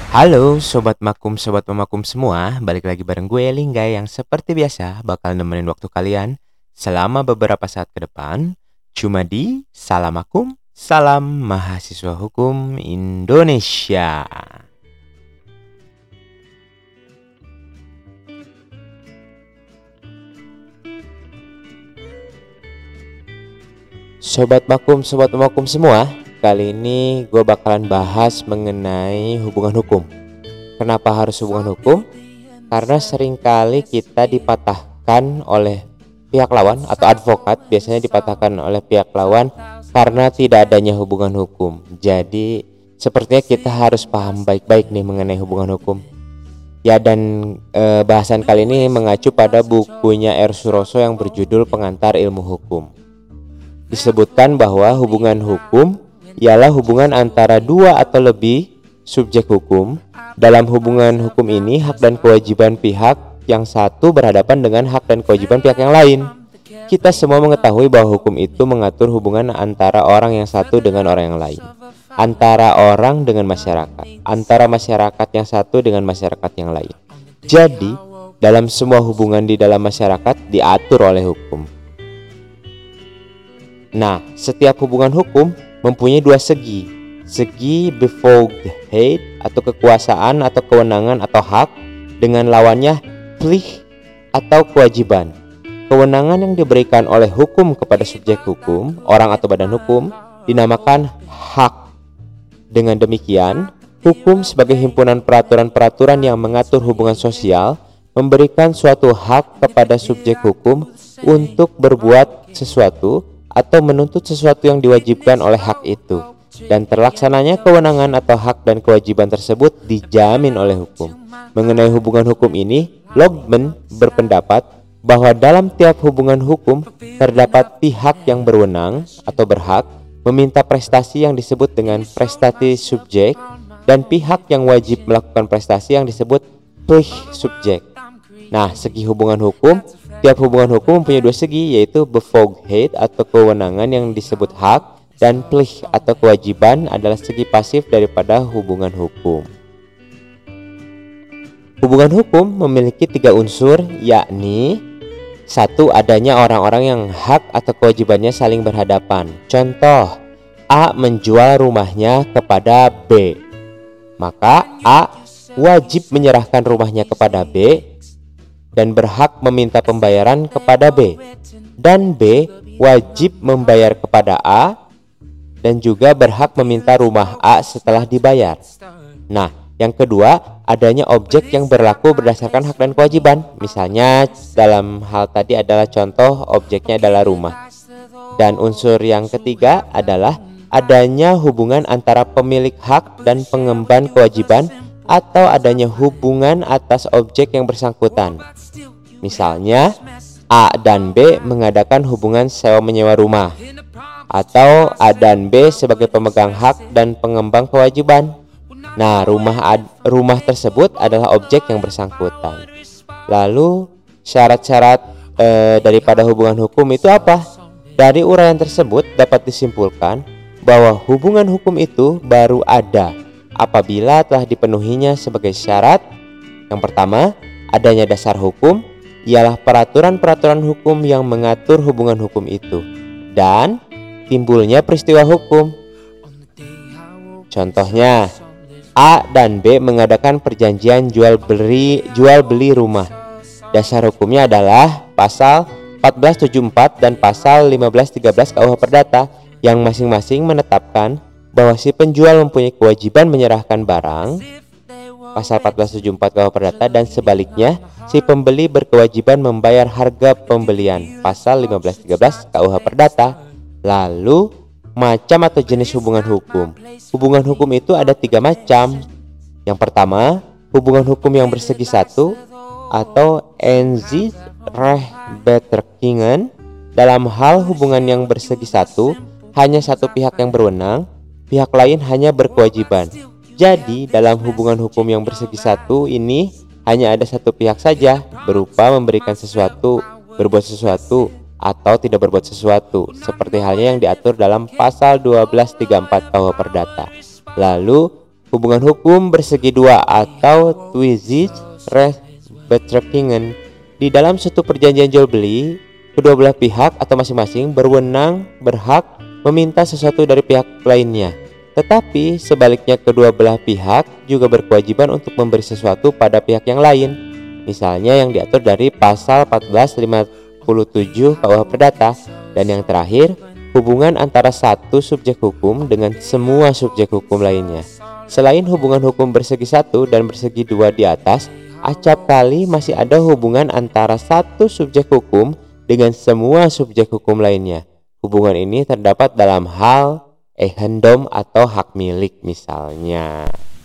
Halo Sobat Makum, Sobat Memakum semua. Balik lagi bareng gue Lingga yang seperti biasa bakal nemenin waktu kalian selama beberapa saat ke depan. Cuma di Salam Makum, Salam Mahasiswa Hukum Indonesia. Sobat Makum, Sobat Memakum semua, kali ini gue bakalan bahas mengenai hubungan hukum. Kenapa harus hubungan hukum? Karena seringkali kita dipatahkan oleh pihak lawan atau advokat, biasanya dipatahkan oleh pihak lawan karena tidak adanya hubungan hukum. Jadi sepertinya kita harus paham baik-baik nih mengenai hubungan hukum. Ya, dan bahasan kali ini mengacu pada bukunya R. Suroso yang berjudul Pengantar Ilmu Hukum. Disebutkan bahwa hubungan hukum ialah hubungan antara dua atau lebih subjek hukum. Dalam hubungan hukum ini, hak dan kewajiban pihak yang satu berhadapan dengan hak dan kewajiban pihak yang lain. Kita semua mengetahui bahwa hukum itu mengatur hubungan antara orang yang satu dengan orang yang lain, antara orang dengan masyarakat, antara masyarakat yang satu dengan masyarakat yang lain. Jadi, dalam semua hubungan di dalam masyarakat diatur oleh hukum. Nah, setiap hubungan hukum mempunyai dua segi. Segi bevoegdheid atau kekuasaan atau kewenangan atau hak, dengan lawannya plicht atau kewajiban. Kewenangan yang diberikan oleh hukum kepada subjek hukum, orang atau badan hukum, dinamakan hak. Dengan demikian, hukum sebagai himpunan peraturan-peraturan yang mengatur hubungan sosial memberikan suatu hak kepada subjek hukum untuk berbuat sesuatu atau menuntut sesuatu yang diwajibkan oleh hak itu, dan terlaksananya kewenangan atau hak dan kewajiban tersebut dijamin oleh hukum. Mengenai hubungan hukum ini, Logman berpendapat bahwa dalam tiap hubungan hukum terdapat pihak yang berwenang atau berhak meminta prestasi yang disebut dengan prestasi subjek, dan pihak yang wajib melakukan prestasi yang disebut plicht subjek. Nah, segi hubungan hukum, tiap hubungan hukum mempunyai dua segi, yaitu bevoegdheid atau kewenangan yang disebut hak, dan plicht atau kewajiban adalah segi pasif daripada hubungan hukum. Hubungan hukum memiliki tiga unsur, yakni satu, adanya orang-orang yang hak atau kewajibannya saling berhadapan. Contoh, A menjual rumahnya kepada B, maka A wajib menyerahkan rumahnya kepada B dan berhak meminta pembayaran kepada B, dan B wajib membayar kepada A dan juga berhak meminta rumah A setelah dibayar. Nah, yang kedua, adanya objek yang berlaku berdasarkan hak dan kewajiban. Misalnya dalam hal tadi adalah contoh objeknya adalah rumah. Dan unsur yang ketiga adalah adanya hubungan antara pemilik hak dan pengemban kewajiban, atau adanya hubungan atas objek yang bersangkutan. Misalnya, A dan B mengadakan hubungan sewa-menyewa rumah, atau A dan B sebagai pemegang hak dan pengembang kewajiban. Nah, rumah tersebut adalah objek yang bersangkutan. Lalu, syarat-syarat daripada hubungan hukum itu apa? Dari uraian tersebut dapat disimpulkan bahwa hubungan hukum itu baru ada apabila telah dipenuhinya sebagai syarat. Yang pertama, adanya dasar hukum, ialah peraturan-peraturan hukum yang mengatur hubungan hukum itu, dan timbulnya peristiwa hukum. Contohnya, A dan B mengadakan perjanjian jual beli rumah. Dasar hukumnya adalah pasal 1474 dan pasal 1513 KUH Perdata, yang masing-masing menetapkan bahwa si penjual mempunyai kewajiban menyerahkan barang, pasal 1474 KUH Perdata, dan sebaliknya si pembeli berkewajiban membayar harga pembelian, pasal 1513 KUH Perdata. Lalu, macam atau jenis hubungan hukum. Hubungan hukum itu ada tiga macam. Yang pertama, hubungan hukum yang bersegi satu atau eensijrechtbetrekkingen. Dalam hal hubungan yang bersegi satu, hanya satu pihak yang berwenang, pihak lain hanya berkewajiban. Jadi dalam hubungan hukum yang bersegi satu ini hanya ada satu pihak saja, berupa memberikan sesuatu, berbuat sesuatu, atau tidak berbuat sesuatu, seperti halnya yang diatur dalam pasal 1234 KUH Perdata. Lalu hubungan hukum bersegi dua atau Tweedsrechtbetrekkingen. Di dalam suatu perjanjian jual beli, kedua belah pihak atau masing-masing berhak meminta sesuatu dari pihak lainnya. Tetapi sebaliknya kedua belah pihak juga berkewajiban untuk memberi sesuatu pada pihak yang lain. Misalnya yang diatur dari pasal 1457 KUH Perdata. Dan yang terakhir, hubungan antara satu subjek hukum dengan semua subjek hukum lainnya. Selain hubungan hukum bersegi satu dan bersegi dua di atas, acap kali masih ada hubungan antara satu subjek hukum dengan semua subjek hukum lainnya. Hubungan ini terdapat dalam hal eigendom atau hak milik misalnya.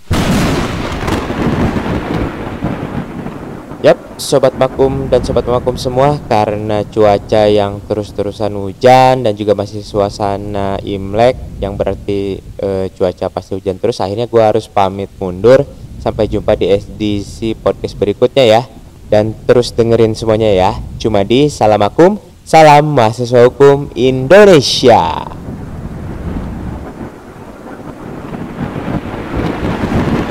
Yap, sobat vakum dan sobat vakum semua, karena cuaca yang terus-terusan hujan dan juga masih suasana Imlek yang berarti cuaca pasti hujan terus, akhirnya gue harus pamit mundur. Sampai jumpa di edisi podcast berikutnya ya. Dan terus dengerin semuanya ya. Cuma di Salam Vakum, salam mahasiswa hukum Indonesia.